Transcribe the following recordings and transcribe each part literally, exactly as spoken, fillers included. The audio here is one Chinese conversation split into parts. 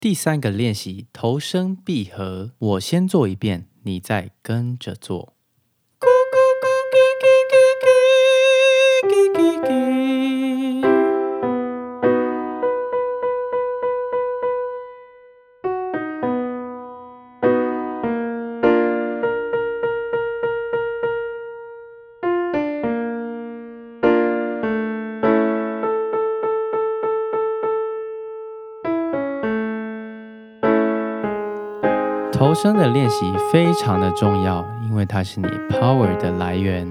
第三个练习头声闭合，我先做一遍，你再跟着做。头声的练习非常的重要，因为它是你 power 的来源。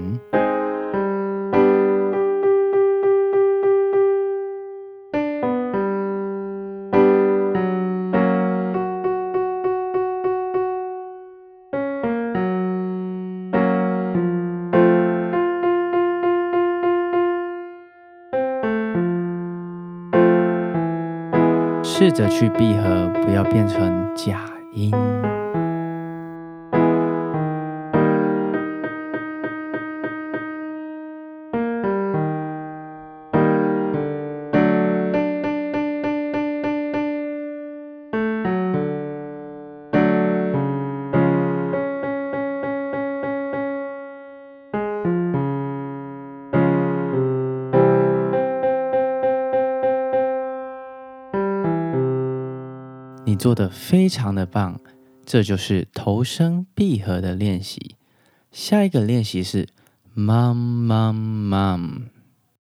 试着去闭合，不要变成假音。你做得非常的棒，这就是头声闭合的练习。下一个练习是 mom mom mom。